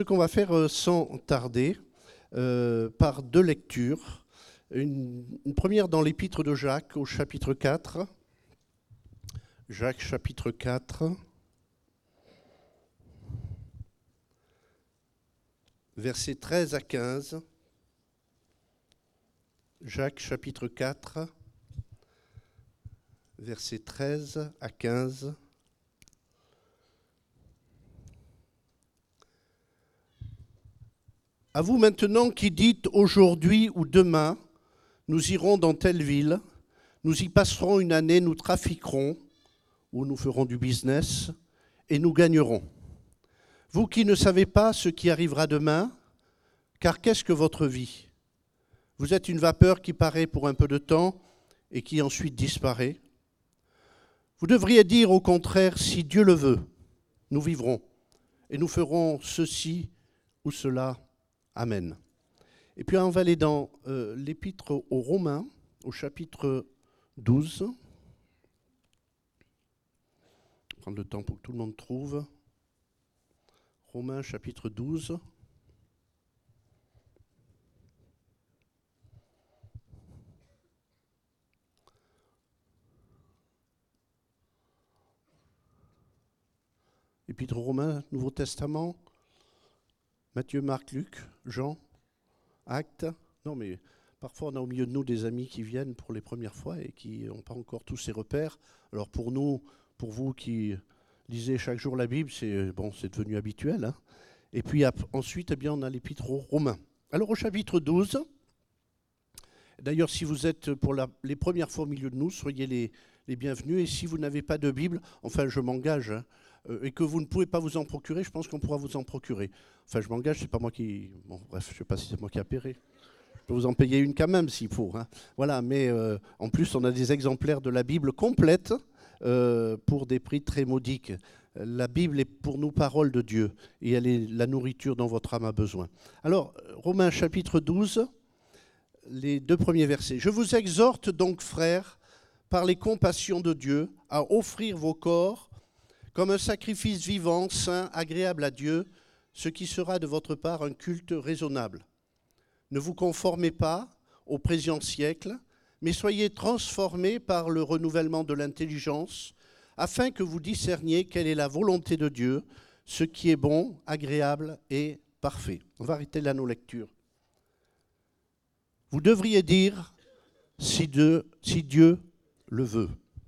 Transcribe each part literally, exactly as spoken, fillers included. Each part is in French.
Ce qu'on va faire euh, sans tarder, euh, par deux lectures. Une, une première dans l'épître de Jacques au chapitre quatre. Jacques chapitre quatre, versets treize à quinze. Jacques chapitre quatre, versets treize à quinze. À vous maintenant qui dites aujourd'hui ou demain, nous irons dans telle ville, nous y passerons une année, nous trafiquerons, ou nous ferons du business, et nous gagnerons. Vous qui ne savez pas ce qui arrivera demain, car qu'est-ce que votre vie? Vous êtes une vapeur qui paraît pour un peu de temps et qui ensuite disparaît. Vous devriez dire au contraire, si Dieu le veut, nous vivrons, et nous ferons ceci ou cela. Amen. Et puis on va aller dans euh, l'épître aux Romains, au chapitre douze. Prendre le temps pour que tout le monde trouve. Romains chapitre douze. Épître aux Romains, Nouveau Testament. Matthieu, Marc, Luc, Jean, Actes. Non, mais parfois on a au milieu de nous des amis qui viennent pour les premières fois et qui n'ont pas encore tous ces repères. Alors pour nous, pour vous qui lisez chaque jour la Bible, c'est bon, c'est devenu habituel. Hein. Et puis ensuite, eh bien, on a l'épître aux Romains. Alors au chapitre douze, d'ailleurs si vous êtes pour la, les premières fois au milieu de nous, soyez les, les bienvenus. Et si vous n'avez pas de Bible, enfin je m'engage, hein, et que vous ne pouvez pas vous en procurer, je pense qu'on pourra vous en procurer. Enfin, je m'engage, c'est pas moi qui... Bon, bref, je ne sais pas si c'est moi qui a payé. Je peux vous en payer une quand même, s'il faut. Hein. Voilà, mais euh, en plus, on a des exemplaires de la Bible complète euh, pour des prix très modiques. La Bible est pour nous parole de Dieu, et elle est la nourriture dont votre âme a besoin. Alors, Romains chapitre douze, les deux premiers versets. « Je vous exhorte donc, frères, par les compassions de Dieu, à offrir vos corps comme un sacrifice vivant, saint, agréable à Dieu, ce qui sera de votre part un culte raisonnable. Ne vous conformez pas au présent siècle, mais soyez transformés par le renouvellement de l'intelligence, afin que vous discerniez quelle est la volonté de Dieu, ce qui est bon, agréable et parfait. » On va arrêter là nos lectures. Vous devriez dire si Dieu, si Dieu le veut.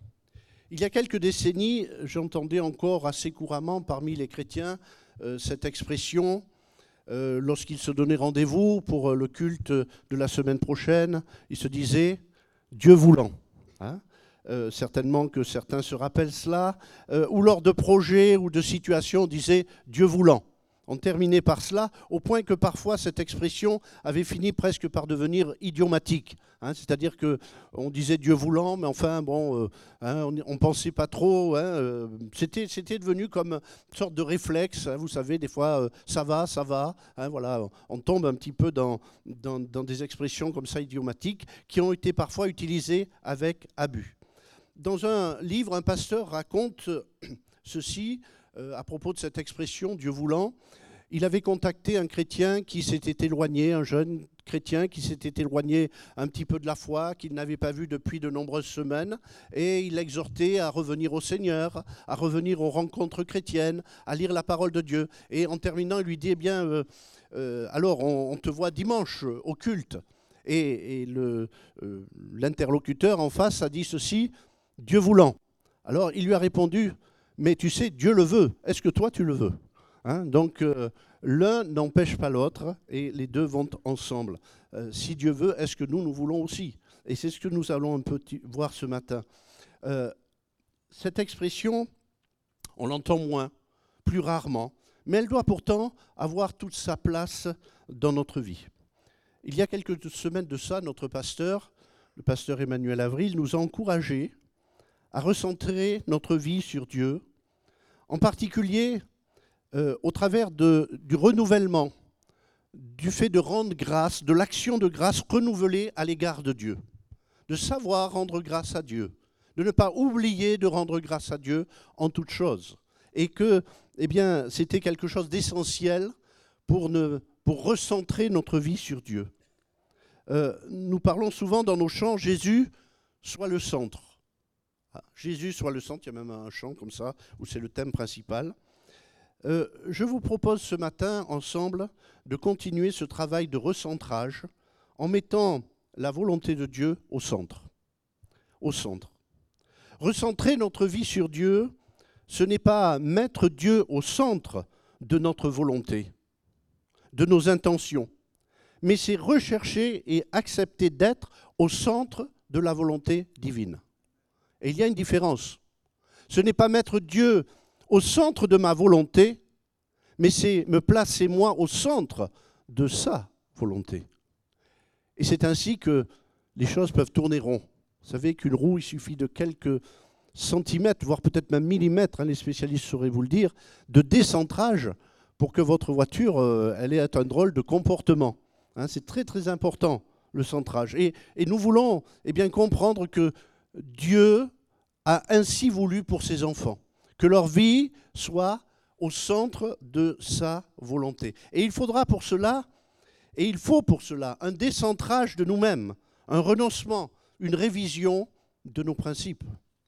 Il y a quelques décennies, j'entendais encore assez couramment parmi les chrétiens euh, cette expression euh, lorsqu'ils se donnaient rendez-vous pour euh, le culte de la semaine prochaine. Ils se disaient « Dieu voulant hein ». Euh, certainement que certains se rappellent cela. Euh, ou lors de projets ou de situations, on disait « Dieu voulant ». On terminait par cela, au point que parfois cette expression avait fini presque par devenir idiomatique. Hein, c'est-à-dire qu'on disait Dieu voulant, mais enfin, bon, euh, hein, on ne pensait pas trop. Hein, euh, c'était, c'était devenu comme une sorte de réflexe. Hein, vous savez, des fois, euh, ça va, ça va. Hein, voilà, on tombe un petit peu dans, dans, dans des expressions comme ça idiomatiques qui ont été parfois utilisées avec abus. Dans un livre, un pasteur raconte ceci. Euh, à propos de cette expression, Dieu voulant, il avait contacté un chrétien qui s'était éloigné, un jeune chrétien qui s'était éloigné un petit peu de la foi, qu'il n'avait pas vu depuis de nombreuses semaines, et il l'exhortait à revenir au Seigneur, à revenir aux rencontres chrétiennes, à lire la parole de Dieu. Et en terminant, il lui dit, eh bien, euh, euh, alors on, on te voit dimanche euh, au culte. Et, et le, euh, l'interlocuteur en face a dit ceci, Dieu voulant. Alors il lui a répondu, mais tu sais, Dieu le veut. Est-ce que toi, tu le veux hein? Donc, euh, l'un n'empêche pas l'autre et les deux vont ensemble. Euh, si Dieu veut, est-ce que nous, nous voulons aussi? Et c'est ce que nous allons un peu voir ce matin. Euh, cette expression, on l'entend moins, plus rarement, mais elle doit pourtant avoir toute sa place dans notre vie. Il y a quelques semaines de ça, notre pasteur, le pasteur Emmanuel Avril, nous a encouragés à recentrer notre vie sur Dieu, en particulier euh, au travers de, du renouvellement, du fait de rendre grâce, de l'action de grâce renouvelée à l'égard de Dieu, de savoir rendre grâce à Dieu, de ne pas oublier de rendre grâce à Dieu en toutes choses, et que eh bien, c'était quelque chose d'essentiel pour, ne, pour recentrer notre vie sur Dieu. Euh, nous parlons souvent dans nos chants, Jésus soit le centre. Ah, Jésus soit le centre, il y a même un chant comme ça, où c'est le thème principal. Euh, je vous propose ce matin, ensemble, de continuer ce travail de recentrage en mettant la volonté de Dieu au centre. Au centre. Recentrer notre vie sur Dieu, ce n'est pas mettre Dieu au centre de notre volonté, de nos intentions, mais c'est rechercher et accepter d'être au centre de la volonté divine. Et il y a une différence. Ce n'est pas mettre Dieu au centre de ma volonté, mais c'est me placer moi au centre de sa volonté. Et c'est ainsi que les choses peuvent tourner rond. Vous savez qu'une roue, il suffit de quelques centimètres, voire peut-être même millimètres, hein, les spécialistes sauraient vous le dire, de décentrage pour que votre voiture euh, elle ait un drôle de comportement. Hein, c'est très très important, le centrage. Et, et nous voulons eh bien, comprendre que Dieu a ainsi voulu pour ses enfants, que leur vie soit au centre de sa volonté. Et il faudra pour cela, et il faut pour cela, un décentrage de nous-mêmes, un renoncement, une révision de nos principes.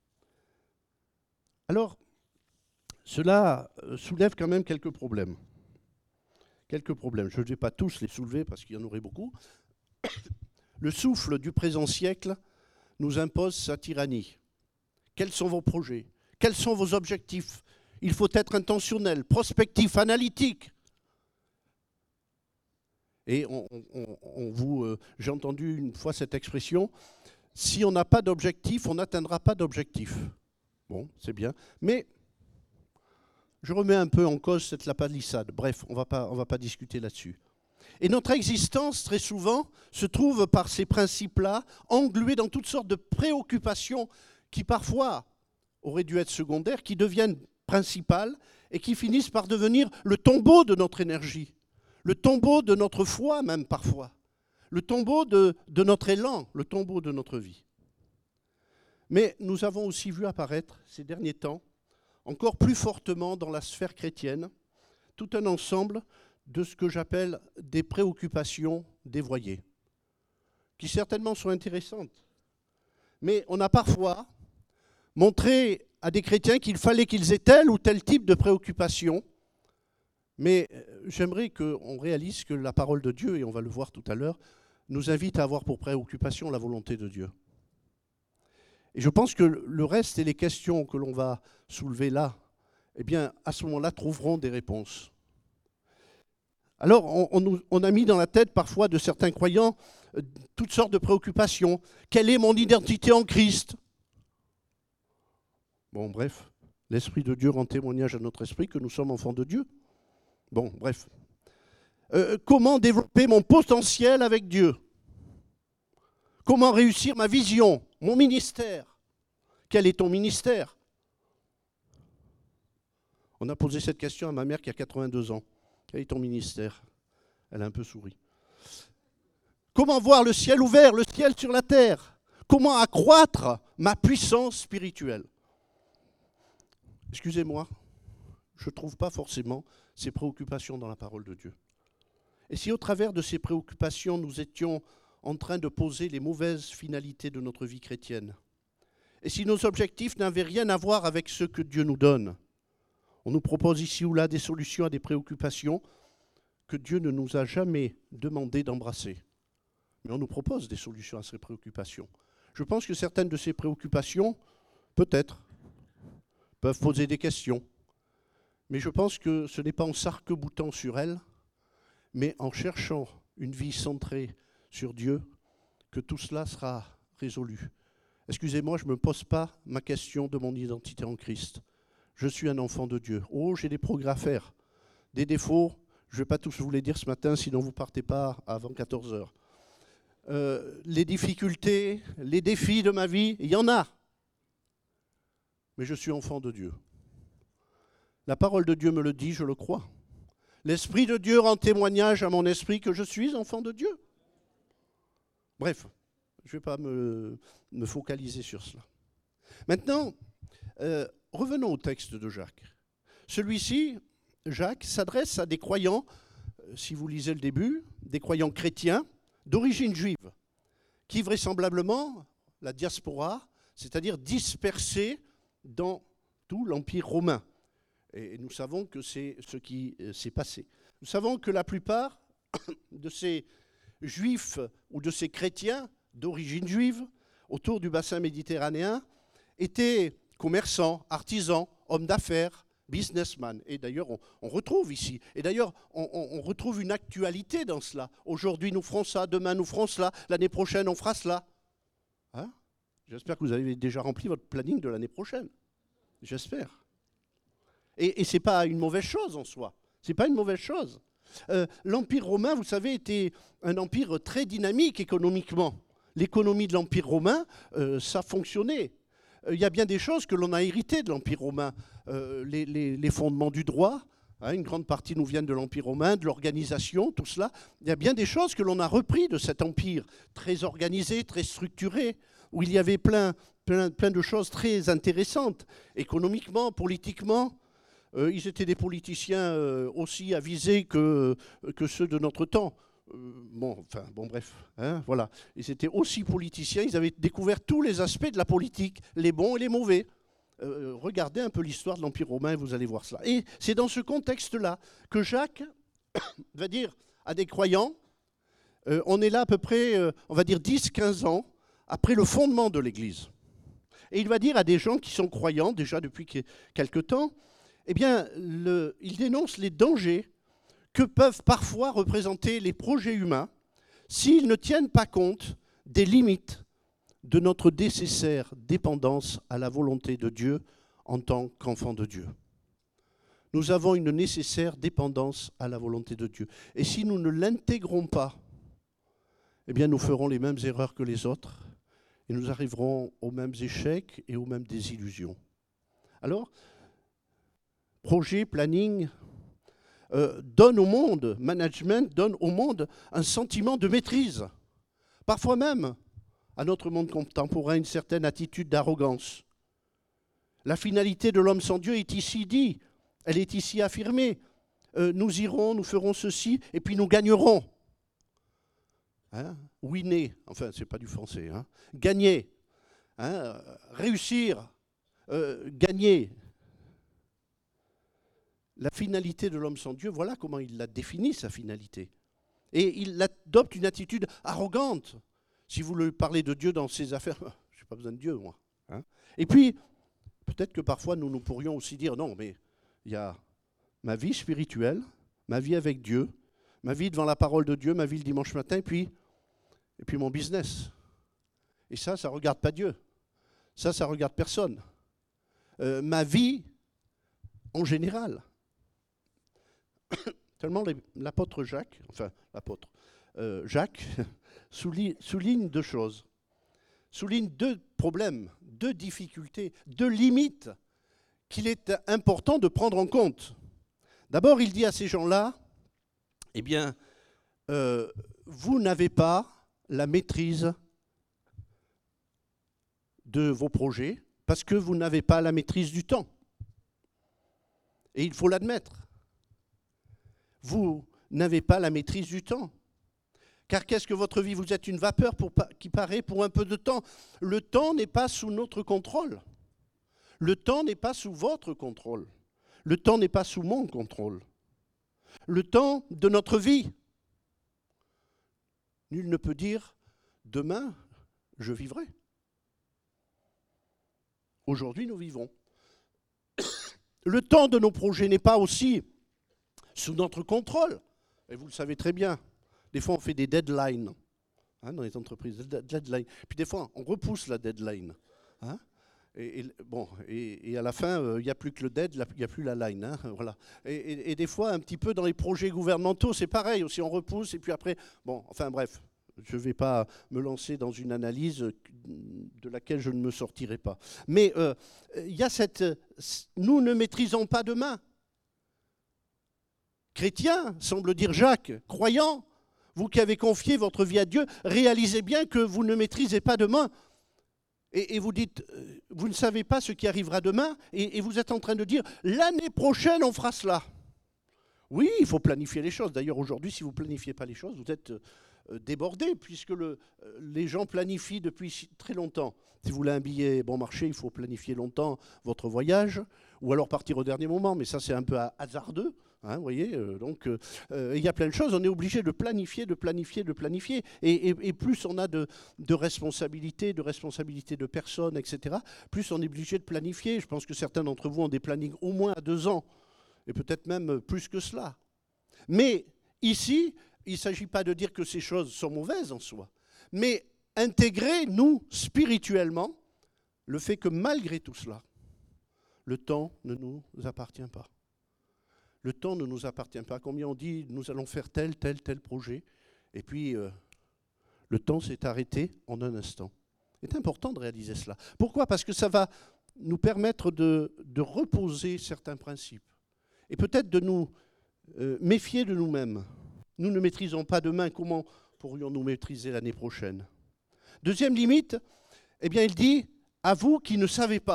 Alors, cela soulève quand même quelques problèmes. Quelques problèmes. Je ne vais pas tous les soulever parce qu'il y en aurait beaucoup. Le souffle du présent siècle nous impose sa tyrannie. Quels sont vos projets? Quels sont vos objectifs? Il faut être intentionnel, prospectif, analytique. Et on, on, on vous, euh, j'ai entendu une fois cette expression, si on n'a pas d'objectif, on n'atteindra pas d'objectif. Bon, c'est bien. Mais je remets un peu en cause cette lapalissade. Bref, on ne va pas, on va pas discuter là-dessus. Et notre existence, très souvent, se trouve par ces principes-là, englués dans toutes sortes de préoccupations qui parfois auraient dû être secondaires, qui deviennent principales et qui finissent par devenir le tombeau de notre énergie, le tombeau de notre foi même parfois, le tombeau de, de notre élan, le tombeau de notre vie. Mais nous avons aussi vu apparaître ces derniers temps, encore plus fortement dans la sphère chrétienne, tout un ensemble de ce que j'appelle des préoccupations dévoyées, qui certainement sont intéressantes. Mais on a parfois montré à des chrétiens qu'il fallait qu'ils aient tel ou tel type de préoccupation, mais j'aimerais qu'on réalise que la parole de Dieu, et on va le voir tout à l'heure, nous invite à avoir pour préoccupation la volonté de Dieu. Et je pense que le reste et les questions que l'on va soulever là, eh bien, à ce moment-là, trouveront des réponses. Alors, on, on, on a mis dans la tête parfois de certains croyants euh, toutes sortes de préoccupations. Quelle est mon identité en Christ? Bon, bref, l'Esprit de Dieu rend témoignage à notre esprit que nous sommes enfants de Dieu. Bon, bref. Euh, comment développer mon potentiel avec Dieu? Comment réussir ma vision, mon ministère? Quel est ton ministère? On a posé cette question à ma mère qui a quatre-vingt-deux ans. Quel est ton ministère? Elle a un peu souri. Comment voir le ciel ouvert, le ciel sur la terre? Comment accroître ma puissance spirituelle? Excusez-moi, je ne trouve pas forcément ces préoccupations dans la parole de Dieu. Et si au travers de ces préoccupations, nous étions en train de poser les mauvaises finalités de notre vie chrétienne, et si nos objectifs n'avaient rien à voir avec ce que Dieu nous donne, on nous propose ici ou là des solutions à des préoccupations que Dieu ne nous a jamais demandé d'embrasser. Mais on nous propose des solutions à ces préoccupations. Je pense que certaines de ces préoccupations, peut-être, peuvent poser des questions. Mais je pense que ce n'est pas en s'arc-boutant sur elles, mais en cherchant une vie centrée sur Dieu, que tout cela sera résolu. Excusez-moi, je ne me pose pas ma question de mon identité en Christ. Je suis un enfant de Dieu. Oh, j'ai des progrès à faire, des défauts. Je ne vais pas tous vous les dire ce matin, sinon vous ne partez pas avant quatorze heures. Euh, les difficultés, les défis de ma vie, il y en a. Mais je suis enfant de Dieu. La parole de Dieu me le dit, je le crois. L'Esprit de Dieu rend témoignage à mon esprit que je suis enfant de Dieu. Bref, je ne vais pas me, me focaliser sur cela. Maintenant, euh, revenons au texte de Jacques. Celui-ci, Jacques, s'adresse à des croyants si vous lisez le début, des croyants chrétiens d'origine juive, qui vraisemblablement, la diaspora, c'est-à-dire dispersés dans tout l'Empire romain. Et nous savons que c'est ce qui s'est passé. Nous savons que la plupart de ces juifs ou de ces chrétiens d'origine juive autour du bassin méditerranéen étaient commerçants, artisans, hommes d'affaires, businessmen. Et d'ailleurs, on, on retrouve ici, et d'ailleurs, on, on, on retrouve une actualité dans cela. Aujourd'hui, nous ferons ça, demain, nous ferons cela, l'année prochaine, on fera cela. Hein? J'espère que vous avez déjà rempli votre planning de l'année prochaine. J'espère. Et, et ce n'est pas une mauvaise chose en soi. Ce n'est pas une mauvaise chose. Euh, L'Empire romain, vous savez, était un empire très dynamique économiquement. L'économie de l'Empire romain, euh, ça fonctionnait. Il euh, y a bien des choses que l'on a héritées de l'Empire romain. Euh, les, les, les fondements du droit, hein, une grande partie nous viennent de l'Empire romain, de l'organisation, tout cela. Il y a bien des choses que l'on a repris de cet empire, très organisé, très structuré, où il y avait plein, plein, plein de choses très intéressantes, économiquement, politiquement. Euh, ils étaient des politiciens euh, aussi avisés que, que ceux de notre temps. Euh, bon, enfin, bon, bref, hein, voilà. Ils étaient aussi politiciens, ils avaient découvert tous les aspects de la politique, les bons et les mauvais. Euh, regardez un peu l'histoire de l'Empire romain et vous allez voir cela. Et c'est dans ce contexte-là que Jacques va dire à des croyants, euh, on est là à peu près, euh, on va dire dix quinze ans après le fondement de l'Église. Et il va dire à des gens qui sont croyants déjà depuis quelque temps, eh bien, le, il dénonce les dangers que peuvent parfois représenter les projets humains s'ils ne tiennent pas compte des limites de notre nécessaire dépendance à la volonté de Dieu en tant qu'enfant de Dieu. Nous avons une nécessaire dépendance à la volonté de Dieu. Et si nous ne l'intégrons pas, eh bien, nous ferons les mêmes erreurs que les autres et nous arriverons aux mêmes échecs et aux mêmes désillusions. Alors, projet, planning, euh, donne au monde, management donne au monde un sentiment de maîtrise. Parfois même, à notre monde contemporain, une certaine attitude d'arrogance. La finalité de l'homme sans Dieu est ici dit, elle est ici affirmée. Euh, nous irons, nous ferons ceci, et puis nous gagnerons. Hein? Winner, enfin, ce n'est pas du français. Hein? Gagner, hein? Réussir, euh, gagner. La finalité de l'homme sans Dieu, voilà comment il l'a défini, sa finalité. Et il adopte une attitude arrogante. Si vous lui parlez de Dieu dans ses affaires, je n'ai pas besoin de Dieu, moi. Hein? Et puis, peut-être que parfois, nous, nous pourrions aussi dire, non, mais il y a ma vie spirituelle, ma vie avec Dieu, ma vie devant la parole de Dieu, ma vie le dimanche matin, et puis, et puis mon business. Et ça, ça ne regarde pas Dieu. Ça, ça ne regarde personne. Euh, ma vie en général. Tellement l'apôtre Jacques, enfin l'apôtre euh, Jacques, souligne, souligne deux choses. Souligne deux problèmes, deux difficultés, deux limites qu'il est important de prendre en compte. D'abord, il dit à ces gens-là, eh bien, euh, vous n'avez pas la maîtrise de vos projets parce que vous n'avez pas la maîtrise du temps. Et il faut l'admettre. Vous n'avez pas la maîtrise du temps. Car qu'est-ce que votre vie? Vous êtes une vapeur pour, qui paraît pour un peu de temps. Le temps n'est pas sous notre contrôle. Le temps n'est pas sous votre contrôle. Le temps n'est pas sous mon contrôle. Le temps de notre vie. Nul ne peut dire « demain, je vivrai ». Aujourd'hui, nous vivons. Le temps de nos projets n'est pas aussi sous notre contrôle. Et vous le savez très bien. Des fois, on fait des deadlines hein, dans les entreprises. Deadline. Puis des fois, on repousse la deadline. Hein, et, et, bon, et, et à la fin, il euh, n'y a plus que le dead, il n'y a plus la line. Hein, voilà. et, et, et des fois, un petit peu dans les projets gouvernementaux, c'est pareil aussi. On repousse et puis après... Bon, enfin bref, je ne vais pas me lancer dans une analyse de laquelle je ne me sortirai pas. Mais il euh, y a cette... Nous ne maîtrisons pas demain. Chrétien, semble dire Jacques, croyant, vous qui avez confié votre vie à Dieu, réalisez bien que vous ne maîtrisez pas demain. Et, et vous dites, euh, vous ne savez pas ce qui arrivera demain, et, et vous êtes en train de dire, l'année prochaine, on fera cela. Oui, il faut planifier les choses. D'ailleurs, aujourd'hui, si vous ne planifiez pas les choses, vous êtes euh, débordé, puisque le, euh, les gens planifient depuis très longtemps. Si vous voulez un billet bon marché, il faut planifier longtemps votre voyage, ou alors partir au dernier moment, mais ça c'est un peu hasardeux. Hein, vous voyez, euh, donc euh, euh, il y a plein de choses, on est obligé de planifier, de planifier, de planifier, et, et, et plus on a de, de responsabilités, de responsabilités de personnes, et cetera, plus on est obligé de planifier. Je pense que certains d'entre vous ont des plannings au moins à deux ans, et peut-être même plus que cela. Mais ici, il ne s'agit pas de dire que ces choses sont mauvaises en soi, mais intégrer, nous, spirituellement, le fait que malgré tout cela, le temps ne nous appartient pas. Le temps ne nous appartient pas. Combien on dit, nous allons faire tel, tel, tel projet, et puis euh, le temps s'est arrêté en un instant. C'est important de réaliser cela. Pourquoi ? Parce que ça va nous permettre de, de reposer certains principes, et peut-être de nous euh, méfier de nous-mêmes. Nous ne maîtrisons pas demain, comment pourrions-nous maîtriser l'année prochaine ? Deuxième limite, eh bien, il dit « à vous qui ne savez pas ».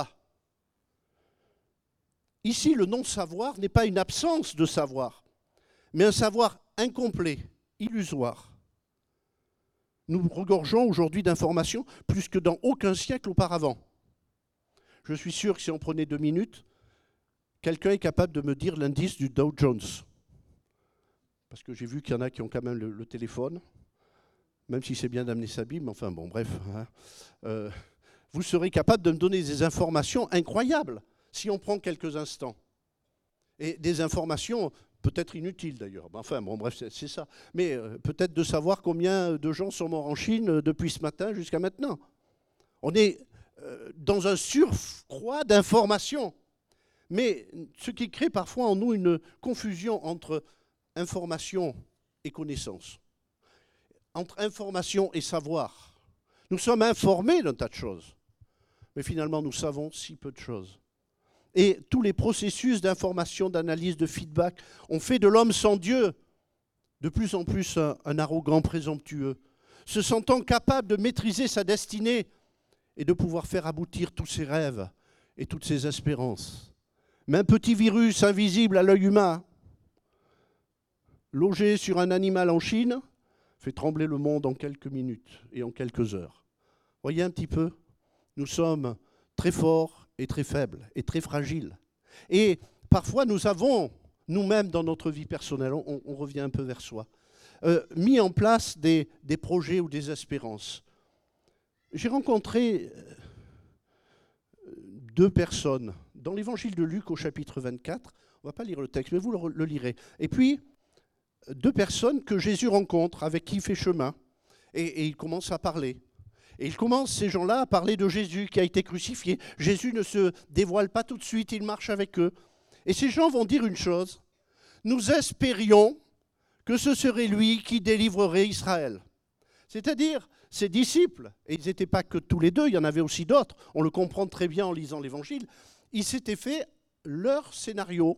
Ici, le non-savoir n'est pas une absence de savoir, mais un savoir incomplet, illusoire. Nous regorgeons aujourd'hui d'informations plus que dans aucun siècle auparavant. Je suis sûr que si on prenait deux minutes, quelqu'un est capable de me dire l'indice du Dow Jones. Parce que j'ai vu qu'il y en a qui ont quand même le, le téléphone, même si c'est bien d'amener sa Bible, mais enfin bon, bref. Hein. Euh, vous serez capable de me donner des informations incroyables, si on prend quelques instants. Et des informations peut-être inutiles d'ailleurs. Enfin bon, bref, c'est, c'est ça. Mais euh, peut-être de savoir combien de gens sont morts en Chine depuis ce matin jusqu'à maintenant. On est euh, dans un surcroît d'informations. Mais ce qui crée parfois en nous une confusion entre information et connaissance, entre information et savoir. Nous sommes informés d'un tas de choses, mais finalement nous savons si peu de choses. Et tous les processus d'information, d'analyse, de feedback ont fait de l'homme sans Dieu de plus en plus un, un arrogant présomptueux, se sentant capable de maîtriser sa destinée et de pouvoir faire aboutir tous ses rêves et toutes ses espérances. Mais un petit virus invisible à l'œil humain, logé sur un animal en Chine, fait trembler le monde en quelques minutes et en quelques heures. Voyez un petit peu, nous sommes très forts et très faibles et très fragiles. Et parfois nous avons, nous-mêmes dans notre vie personnelle, on, on revient un peu vers soi, euh, mis en place des, des projets ou des espérances. J'ai rencontré deux personnes dans l'évangile de Luc au chapitre vingt-quatre, on ne va pas lire le texte, mais vous le, le lirez. Et puis, deux personnes que Jésus rencontre, avec qui il fait chemin, et, et il commence à parler. Et il commence, ces gens-là, à parler de Jésus qui a été crucifié. Jésus ne se dévoile pas tout de suite, il marche avec eux. Et ces gens vont dire une chose, nous espérions que ce serait lui qui délivrerait Israël. C'est-à-dire, ses disciples, et ils n'étaient pas que tous les deux, il y en avait aussi d'autres, on le comprend très bien en lisant l'Évangile, ils s'étaient fait leur scénario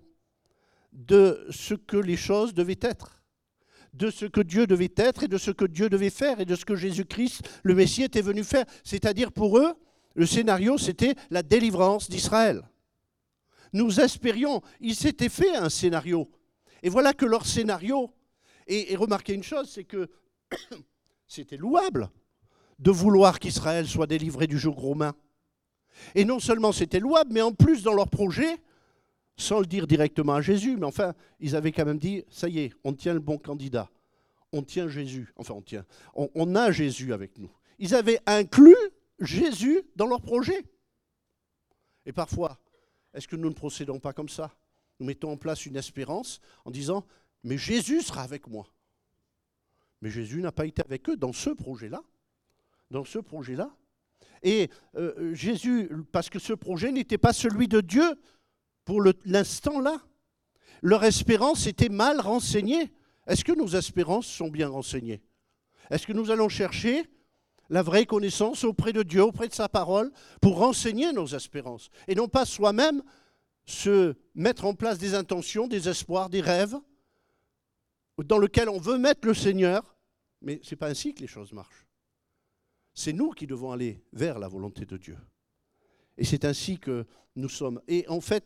de ce que les choses devaient être, de ce que Dieu devait être et de ce que Dieu devait faire et de ce que Jésus-Christ, le Messie, était venu faire. C'est-à-dire pour eux, le scénario, c'était la délivrance d'Israël. Nous espérions, ils s'étaient fait un scénario. Et voilà que leur scénario, et, et remarquez une chose, c'est que c'était louable de vouloir qu'Israël soit délivré du joug romain. Et non seulement c'était louable, mais en plus dans leur projet, sans le dire directement à Jésus, mais enfin, ils avaient quand même dit, ça y est, on tient le bon candidat, on tient Jésus, enfin on tient, on, on a Jésus avec nous. Ils avaient inclus Jésus dans leur projet. Et parfois, est-ce que nous ne procédons pas comme ça ? Nous mettons en place une espérance en disant, mais Jésus sera avec moi. Mais Jésus n'a pas été avec eux dans ce projet-là, dans ce projet-là. Et euh, Jésus, parce que ce projet n'était pas celui de Dieu pour le, l'instant là. Leur espérance était mal renseignée. Est-ce que nos espérances sont bien renseignées ? Est-ce que nous allons chercher la vraie connaissance auprès de Dieu, auprès de sa parole, pour renseigner nos espérances ? Et non pas soi-même se mettre en place des intentions, des espoirs, des rêves, dans lesquels on veut mettre le Seigneur, mais ce n'est pas ainsi que les choses marchent. C'est nous qui devons aller vers la volonté de Dieu. Et c'est ainsi que nous sommes. Et en fait,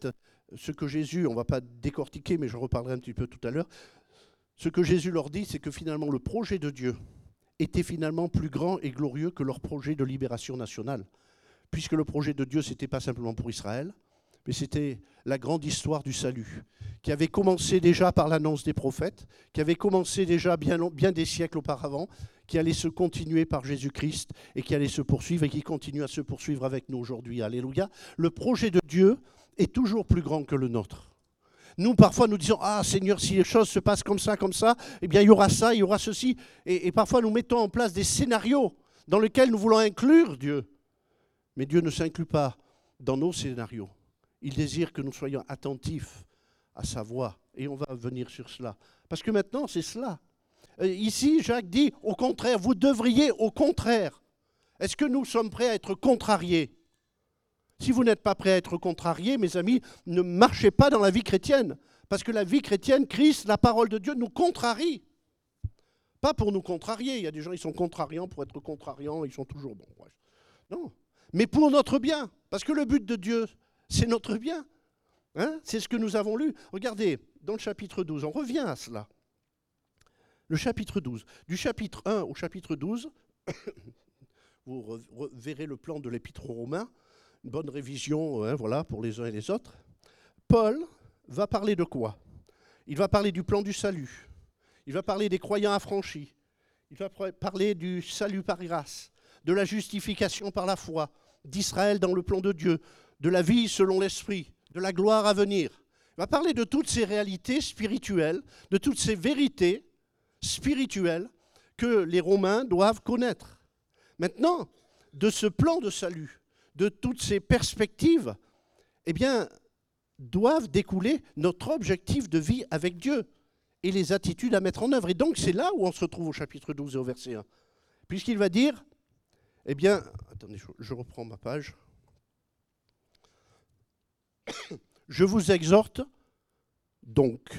ce que Jésus, on ne va pas décortiquer, mais je reparlerai un petit peu tout à l'heure, ce que Jésus leur dit, c'est que finalement le projet de Dieu était finalement plus grand et glorieux que leur projet de libération nationale. Puisque le projet de Dieu, ce n'était pas simplement pour Israël, mais c'était la grande histoire du salut, qui avait commencé déjà par l'annonce des prophètes, qui avait commencé déjà bien, bien des siècles auparavant, qui allait se continuer par Jésus-Christ et qui allait se poursuivre et qui continue à se poursuivre avec nous aujourd'hui. Alléluia. Le projet de Dieu est toujours plus grand que le nôtre. Nous, parfois, nous disons « Ah, Seigneur, si les choses se passent comme ça, comme ça, eh bien, il y aura ça, il y aura ceci. » Et, et parfois, nous mettons en place des scénarios dans lesquels nous voulons inclure Dieu. Mais Dieu ne s'inclut pas dans nos scénarios. Il désire que nous soyons attentifs à sa voix. Et on va venir sur cela. Parce que maintenant, c'est cela. Ici, Jacques dit, au contraire, vous devriez, au contraire. Est-ce que nous sommes prêts à être contrariés ? Si vous n'êtes pas prêts à être contrariés, mes amis, ne marchez pas dans la vie chrétienne. Parce que la vie chrétienne, Christ, la parole de Dieu, nous contrarie. Pas pour nous contrarier. Il y a des gens qui sont contrariants pour être contrariants, ils sont toujours bons. Non. Mais pour notre bien. Parce que le but de Dieu, c'est notre bien. Hein? C'est ce que nous avons lu. Regardez, dans le chapitre douze, on revient à cela. Le chapitre douze. Du chapitre un au chapitre douze, vous verrez le plan de l'épître aux Romains, une bonne révision hein, voilà, pour les uns et les autres. Paul va parler de quoi? Il va parler du plan du salut. Il va parler des croyants affranchis. Il va parler du salut par grâce, de la justification par la foi, d'Israël dans le plan de Dieu, de la vie selon l'esprit, de la gloire à venir. Il va parler de toutes ces réalités spirituelles, de toutes ces vérités spirituelles que les Romains doivent connaître. Maintenant, de ce plan de salut, de toutes ces perspectives, eh bien, doivent découler notre objectif de vie avec Dieu et les attitudes à mettre en œuvre. Et donc, c'est là où on se retrouve au chapitre douze et au verset un. Puisqu'il va dire, eh bien, attendez, je reprends ma page. Je vous exhorte donc.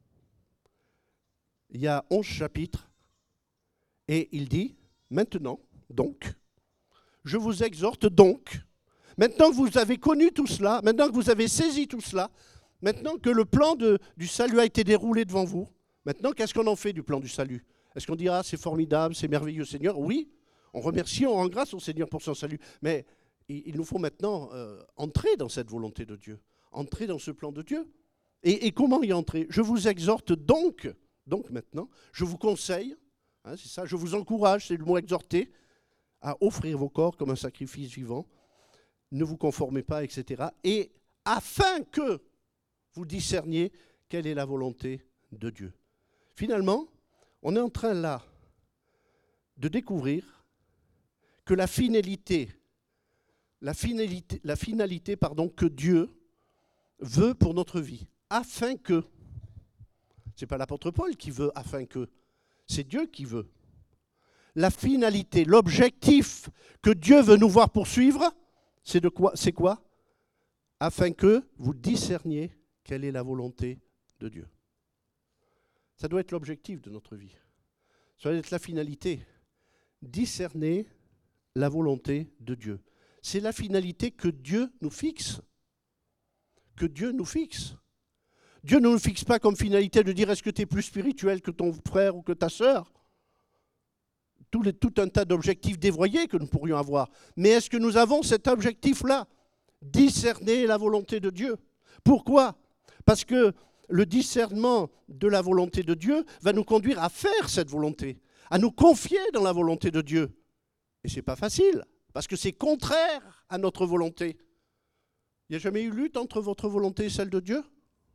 Il y a onze chapitres et il dit, maintenant, donc, je vous exhorte donc, maintenant que vous avez connu tout cela, maintenant que vous avez saisi tout cela, maintenant que le plan de, du salut a été déroulé devant vous, maintenant, qu'est-ce qu'on en fait du plan du salut? Est-ce qu'on dit, ah, c'est formidable, c'est merveilleux, Seigneur? Oui, on remercie, on rend grâce au Seigneur pour son salut, mais il, il nous faut maintenant euh, entrer dans cette volonté de Dieu, entrer dans ce plan de Dieu. Et, et comment y entrer? Je vous exhorte donc, donc maintenant, je vous conseille, hein, c'est ça, je vous encourage, c'est le mot exhorter, à offrir vos corps comme un sacrifice vivant, ne vous conformez pas, et cetera. Et afin que vous discerniez quelle est la volonté de Dieu. Finalement, on est en train là de découvrir que la finalité, la finalité, la finalité pardon, que Dieu veut pour notre vie, afin que, ce n'est pas l'apôtre Paul qui veut afin que, c'est Dieu qui veut. La finalité, l'objectif que Dieu veut nous voir poursuivre, c'est de quoi, c'est quoi? Afin que vous discerniez quelle est la volonté de Dieu. Ça doit être l'objectif de notre vie. Ça doit être la finalité. Discerner la volonté de Dieu. C'est la finalité que Dieu nous fixe. Que Dieu nous fixe. Dieu ne nous fixe pas comme finalité de dire est-ce que tu es plus spirituel que ton frère ou que ta sœur. Tout, les, tout un tas d'objectifs dévoyés que nous pourrions avoir. Mais est-ce que nous avons cet objectif-là? Discerner la volonté de Dieu. Pourquoi? Parce que le discernement de la volonté de Dieu va nous conduire à faire cette volonté, à nous confier dans la volonté de Dieu. Et ce n'est pas facile, parce que c'est contraire à notre volonté. Il n'y a jamais eu lutte entre votre volonté et celle de Dieu?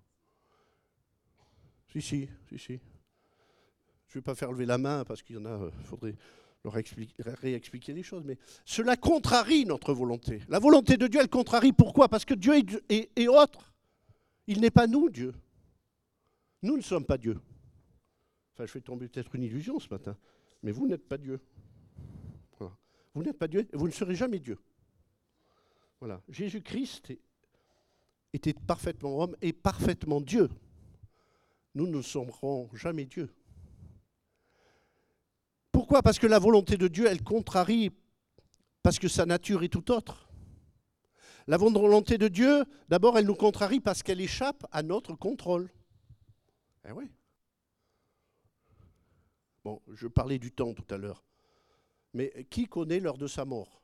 Si, si, si, si. Je ne vais pas faire lever la main parce qu'il y en a, il faudrait leur expliquer, réexpliquer les choses, mais cela contrarie notre volonté. La volonté de Dieu, elle contrarie. Pourquoi? Parce que Dieu est, est, est autre. Il n'est pas nous, Dieu. Nous ne sommes pas Dieu. Enfin, je fais tomber peut-être une illusion ce matin, mais vous n'êtes pas Dieu. Voilà. Vous n'êtes pas Dieu et vous ne serez jamais Dieu. Voilà. Jésus-Christ était parfaitement homme et parfaitement Dieu. Nous ne serons jamais Dieu. Pourquoi? Parce que la volonté de Dieu, elle contrarie, parce que sa nature est tout autre. La volonté de Dieu, d'abord, elle nous contrarie parce qu'elle échappe à notre contrôle. Eh oui. Bon, je parlais du temps tout à l'heure. Mais qui connaît l'heure de sa mort?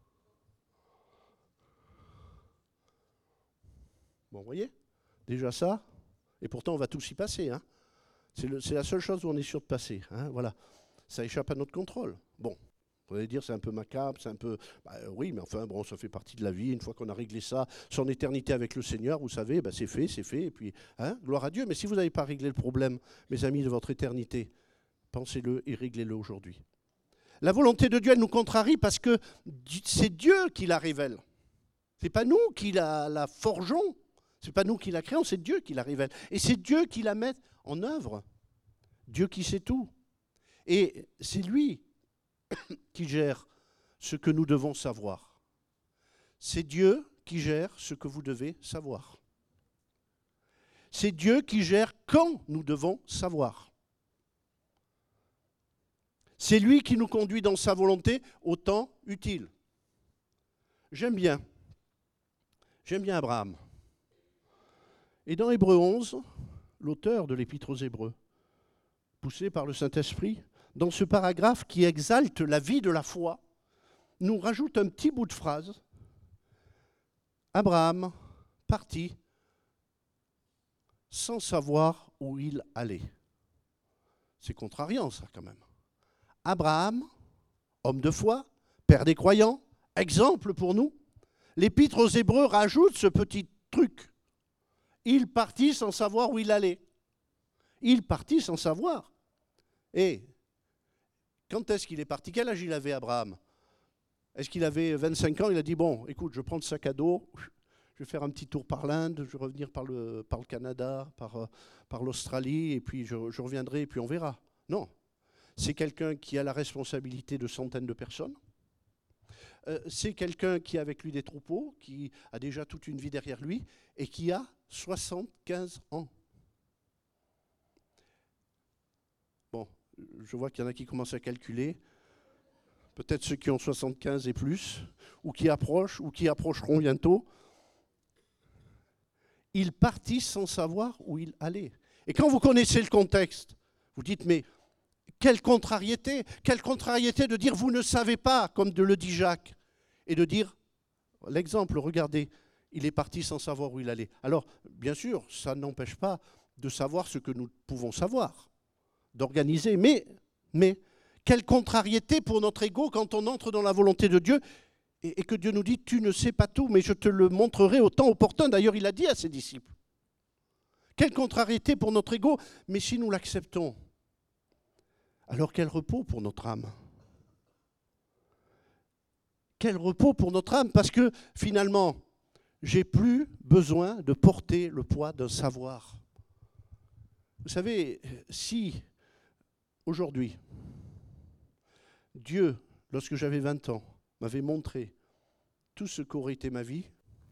Bon, vous voyez, déjà ça, et pourtant on va tous y passer. Hein. C'est, le, c'est la seule chose où on est sûr de passer. Hein, voilà. Ça échappe à notre contrôle. Bon, vous allez dire c'est un peu macabre, c'est un peu... Bah, oui, mais enfin, bon, ça fait partie de la vie. Une fois qu'on a réglé ça, son éternité avec le Seigneur, vous savez, bah, c'est fait, c'est fait. Et puis, hein, gloire à Dieu. Mais si vous n'avez pas réglé le problème, mes amis, de votre éternité, pensez-le et réglez-le aujourd'hui. La volonté de Dieu, elle nous contrarie parce que c'est Dieu qui la révèle. Ce n'est pas nous qui la, la forgeons. Ce n'est pas nous qui la créons, c'est Dieu qui la révèle. Et c'est Dieu qui la met en œuvre. Dieu qui sait tout. Et c'est lui qui gère ce que nous devons savoir. C'est Dieu qui gère ce que vous devez savoir. C'est Dieu qui gère quand nous devons savoir. C'est lui qui nous conduit dans sa volonté au temps utile. J'aime bien. J'aime bien Abraham. Et dans Hébreux onze, l'auteur de l'Épître aux Hébreux, poussé par le Saint-Esprit, dans ce paragraphe qui exalte la vie de la foi, nous rajoute un petit bout de phrase. Abraham partit sans savoir où il allait. C'est contrariant ça quand même. Abraham, homme de foi, père des croyants, exemple pour nous, l'Épître aux Hébreux rajoute ce petit truc. Il partit sans savoir où il allait. Il partit sans savoir. Et quand est-ce qu'il est parti? Quel âge il avait, Abraham? Est-ce qu'il avait vingt-cinq ans? Il a dit, bon, écoute, je prends le sac à dos, je vais faire un petit tour par l'Inde, je vais revenir par le, par le Canada, par, euh, par l'Australie, et puis je, je reviendrai, et puis on verra. Non. C'est quelqu'un qui a la responsabilité de centaines de personnes. Euh, c'est quelqu'un qui a avec lui des troupeaux, qui a déjà toute une vie derrière lui, et qui a soixante-quinze ans. Bon, je vois qu'il y en a qui commencent à calculer. Peut-être ceux qui ont soixante-quinze et plus, ou qui approchent, ou qui approcheront bientôt. Il partit sans savoir où il allait. Et quand vous connaissez le contexte, vous dites, mais quelle contrariété, quelle contrariété de dire vous ne savez pas, comme de le dit Jacques, et de dire, l'exemple, regardez, il est parti sans savoir où il allait. Alors, bien sûr, ça n'empêche pas de savoir ce que nous pouvons savoir, d'organiser, mais, mais quelle contrariété pour notre ego quand on entre dans la volonté de Dieu et, et que Dieu nous dit, tu ne sais pas tout, mais je te le montrerai au temps opportun. D'ailleurs, il a dit à ses disciples. Quelle contrariété pour notre ego, mais si nous l'acceptons, alors quel repos pour notre âme? Quel repos pour notre âme, parce que finalement, j'ai plus besoin de porter le poids d'un savoir. Vous savez, si aujourd'hui, Dieu, lorsque j'avais vingt ans, m'avait montré tout ce qu'aurait été ma vie,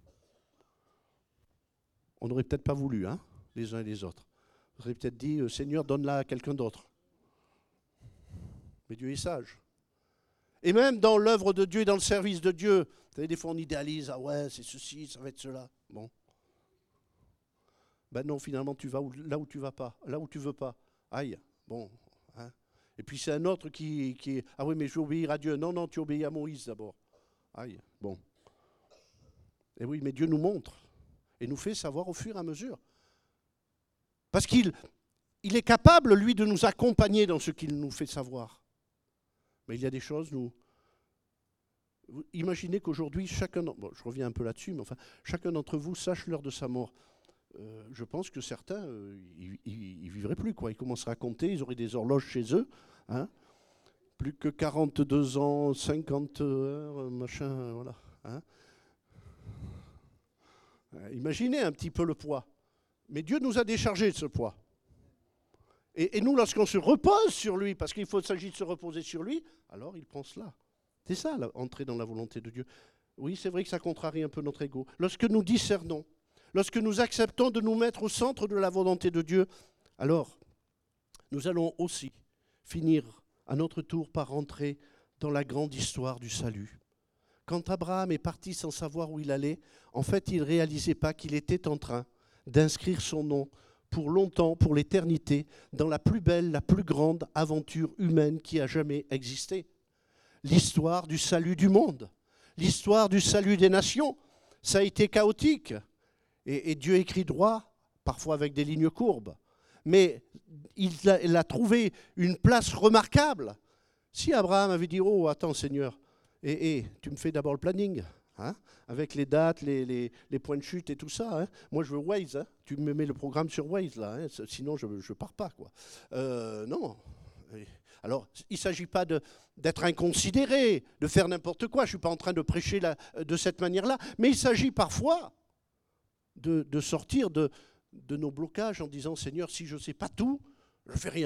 on n'aurait peut-être pas voulu, hein, les uns et les autres. On aurait peut-être dit, Seigneur, donne-la à quelqu'un d'autre. Mais Dieu est sage. Et même dans l'œuvre de Dieu et dans le service de Dieu, vous savez, des fois on idéalise, ah ouais, c'est ceci, ça va être cela. Bon. Ben non, finalement, tu vas où, là où tu vas pas, là où tu veux pas. Aïe, bon. Hein. Et puis c'est un autre qui, qui est, ah oui, mais je vais obéir à Dieu. Non, non, tu obéis à Moïse d'abord. Aïe, bon. Et oui, mais Dieu nous montre et nous fait savoir au fur et à mesure. Parce qu'il il est capable, lui, de nous accompagner dans ce qu'il nous fait savoir. Mais il y a des choses, nous... Imaginez qu'aujourd'hui, chacun... Bon, je reviens un peu là-dessus, mais enfin, chacun d'entre vous sache l'heure de sa mort. Euh, je pense que certains, euh, ils ne vivraient plus, quoi. Ils commenceraient à compter, ils auraient des horloges chez eux. Hein. Plus que quarante-deux ans, cinquante heures, machin, voilà. Hein. Imaginez un petit peu le poids. Mais Dieu nous a déchargés de ce poids. Et, et nous, lorsqu'on se repose sur lui, parce qu'il faut s'agit de se reposer sur lui, alors il prend cela. C'est ça, là, entrer dans la volonté de Dieu. Oui, c'est vrai que ça contrarie un peu notre ego. Lorsque nous discernons, lorsque nous acceptons de nous mettre au centre de la volonté de Dieu, alors nous allons aussi finir à notre tour par entrer dans la grande histoire du salut. Quand Abraham est parti sans savoir où il allait, en fait, il ne réalisait pas qu'il était en train d'inscrire son nom pour longtemps, pour l'éternité, dans la plus belle, la plus grande aventure humaine qui a jamais existé. L'histoire du salut du monde, l'histoire du salut des nations. Ça a été chaotique. Et, et Dieu écrit droit, parfois avec des lignes courbes. Mais il a, il a trouvé une place remarquable. Si Abraham avait dit « Oh, attends Seigneur, et, et tu me fais d'abord le planning, hein, avec les dates, les, les, les points de chute et tout ça. Hein. Moi, je veux Waze. Hein. Tu me mets le programme sur Waze, là. Hein. Sinon, je ne pars pas. Quoi. Euh, non. Alors, il ne s'agit pas de, d'être inconsidéré, de faire n'importe quoi. Je ne suis pas en train de prêcher la, de cette manière-là. Mais il s'agit parfois de, de sortir de, de nos blocages en disant « Seigneur, si je ne sais pas tout, je ne fais rien. »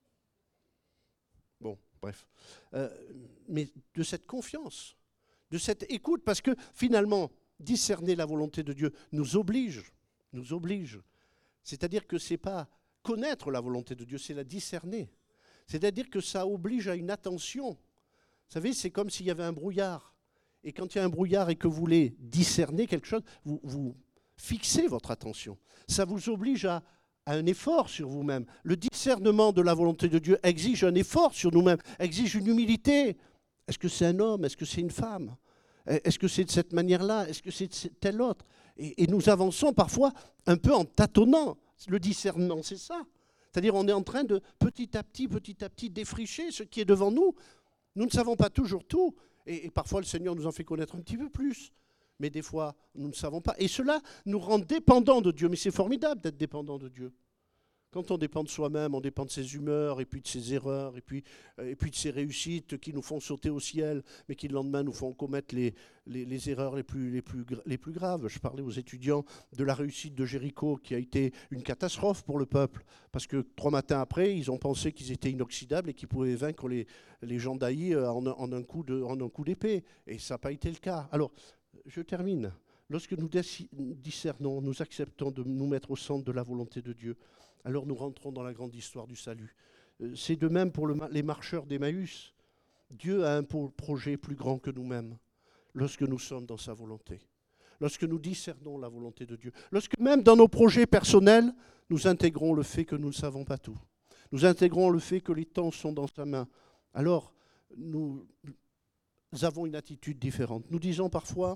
Bon, bref. Euh, mais de cette confiance, de cette écoute, parce que finalement, discerner la volonté de Dieu nous oblige, nous oblige. C'est-à-dire que ce n'est pas connaître la volonté de Dieu, c'est la discerner. C'est-à-dire que ça oblige à une attention. Vous savez, c'est comme s'il y avait un brouillard. Et quand il y a un brouillard et que vous voulez discerner quelque chose, vous, vous fixez votre attention. Ça vous oblige à, à un effort sur vous-même. Le discernement de la volonté de Dieu exige un effort sur nous-mêmes, exige une humilité. Est-ce que c'est un homme? Est-ce que c'est une femme? Est-ce que c'est de cette manière-là? Est-ce que c'est de telle autre? et, et nous avançons parfois un peu en tâtonnant. Le discernement, c'est ça. C'est-à-dire on est en train de petit à petit, petit à petit défricher ce qui est devant nous. Nous ne savons pas toujours tout. Et, et parfois le Seigneur nous en fait connaître un petit peu plus. Mais des fois, nous ne savons pas. Et cela nous rend dépendants de Dieu. Mais c'est formidable d'être dépendant de Dieu. Quand on dépend de soi-même, on dépend de ses humeurs, et puis de ses erreurs, et puis, et puis de ses réussites qui nous font sauter au ciel, mais qui le lendemain nous font commettre les, les, les erreurs les plus, les, plus, les plus graves. Je parlais aux étudiants de la réussite de Jéricho, qui a été une catastrophe pour le peuple, parce que trois matins après, ils ont pensé qu'ils étaient inoxydables et qu'ils pouvaient vaincre les, les gens d'Aï en, en un coup de, en un coup d'épée. Et ça n'a pas été le cas. Alors, je termine. Lorsque nous discernons, nous acceptons de nous mettre au centre de la volonté de Dieu, alors nous rentrons dans la grande histoire du salut. C'est de même pour le, les marcheurs d'Emmaüs. Dieu a un projet plus grand que nous-mêmes lorsque nous sommes dans sa volonté, lorsque nous discernons la volonté de Dieu, lorsque même dans nos projets personnels, nous intégrons le fait que nous ne savons pas tout. Nous intégrons le fait que les temps sont dans sa main. Alors, nous avons une attitude différente. Nous disons parfois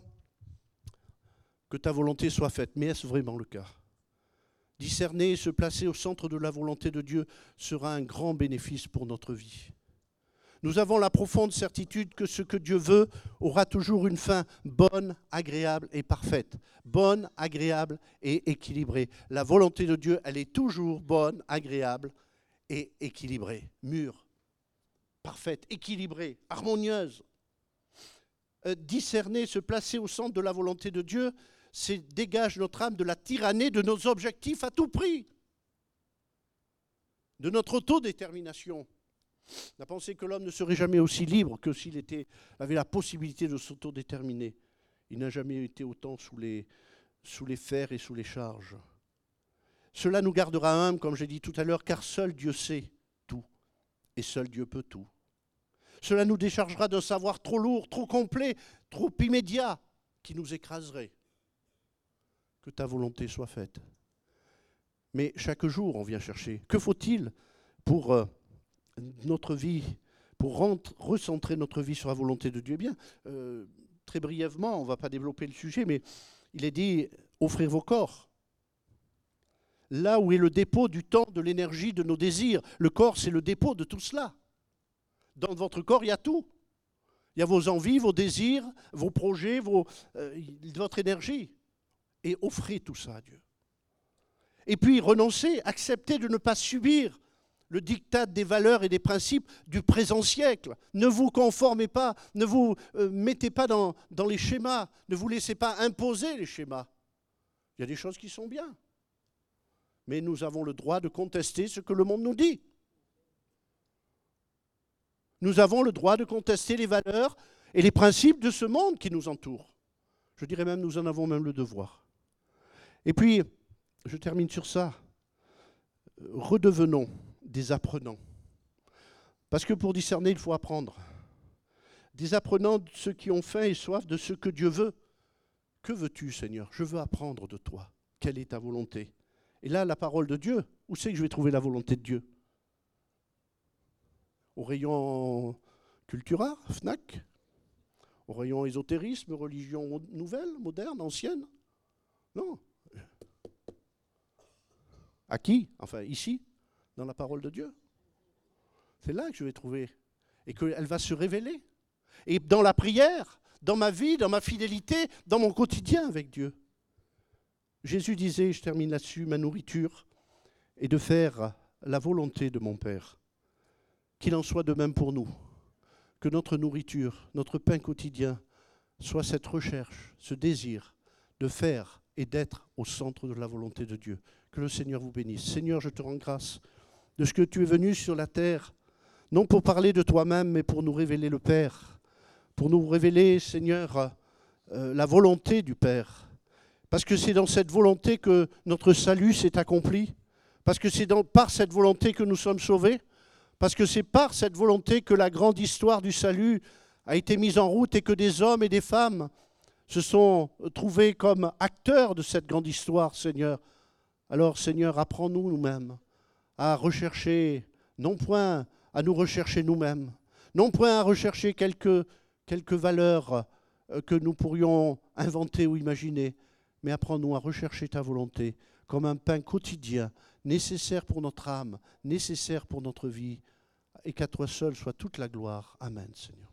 que ta volonté soit faite, mais est-ce vraiment le cas ? Discerner et se placer au centre de la volonté de Dieu sera un grand bénéfice pour notre vie. Nous avons la profonde certitude que ce que Dieu veut aura toujours une fin bonne, agréable et parfaite. Bonne, agréable et équilibrée. La volonté de Dieu, elle est toujours bonne, agréable et équilibrée. Mûre, parfaite, équilibrée, harmonieuse. Euh, discerner, se placer au centre de la volonté de Dieu, c'est dégage notre âme de la tyrannie de nos objectifs à tout prix, de notre autodétermination. On a pensé que l'homme ne serait jamais aussi libre que s'il était, avait la possibilité de s'autodéterminer. Il n'a jamais été autant sous les, sous les fers et sous les charges. Cela nous gardera humbles, comme j'ai dit tout à l'heure, car seul Dieu sait tout et seul Dieu peut tout. Cela nous déchargera d'un savoir trop lourd, trop complet, trop immédiat, qui nous écraserait. Que ta volonté soit faite. Mais chaque jour, on vient chercher. Que faut-il pour euh, notre vie, pour rentre, recentrer notre vie sur la volonté de Dieu? Eh bien, euh, très brièvement, on ne va pas développer le sujet, mais il est dit, offrir vos corps. Là où est le dépôt du temps, de l'énergie, de nos désirs. Le corps, c'est le dépôt de tout cela. Dans votre corps, il y a tout. Il y a vos envies, vos désirs, vos projets, vos, euh, votre énergie. Et offrez tout ça à Dieu. Et puis renoncez, acceptez de ne pas subir le diktat des valeurs et des principes du présent siècle. Ne vous conformez pas, ne vous euh, mettez pas dans, dans les schémas, ne vous laissez pas imposer les schémas. Il y a des choses qui sont bien. Mais nous avons le droit de contester ce que le monde nous dit. Nous avons le droit de contester les valeurs et les principes de ce monde qui nous entoure. Je dirais même, nous en avons même le devoir. Et puis, je termine sur ça. Redevenons des apprenants. Parce que pour discerner, il faut apprendre. des apprenants, de ceux qui ont faim et soif de ce que Dieu veut. Que veux-tu, Seigneur? Je veux apprendre de toi. Quelle est ta volonté? Et là, la parole de Dieu, où c'est que je vais trouver la volonté de Dieu? Au rayon Cultura, Fnac? Au rayon ésotérisme, religion nouvelle, moderne, ancienne? Non. À qui? Enfin, ici, dans la parole de Dieu. C'est là que je vais trouver. Et qu'elle va se révéler. Et dans la prière, dans ma vie, dans ma fidélité, dans mon quotidien avec Dieu. Jésus disait, je termine là-dessus, ma nourriture est de faire la volonté de mon Père. Qu'il en soit de même pour nous. Que notre nourriture, notre pain quotidien, soit cette recherche, ce désir de faire et d'être au centre de la volonté de Dieu. Que le Seigneur vous bénisse. Seigneur, je te rends grâce de ce que tu es venu sur la terre, non pour parler de toi-même, mais pour nous révéler le Père, pour nous révéler, Seigneur, euh, la volonté du Père. Parce que c'est dans cette volonté que notre salut s'est accompli, parce que c'est dans, par cette volonté que nous sommes sauvés, parce que c'est par cette volonté que la grande histoire du salut a été mise en route et que des hommes et des femmes se sont trouvés comme acteurs de cette grande histoire, Seigneur. Alors, Seigneur, apprends-nous nous-mêmes à rechercher, non point à nous rechercher nous-mêmes, non point à rechercher quelques, quelques valeurs que nous pourrions inventer ou imaginer, mais apprends-nous à rechercher ta volonté comme un pain quotidien, nécessaire pour notre âme, nécessaire pour notre vie, et qu'à toi seul soit toute la gloire. Amen, Seigneur.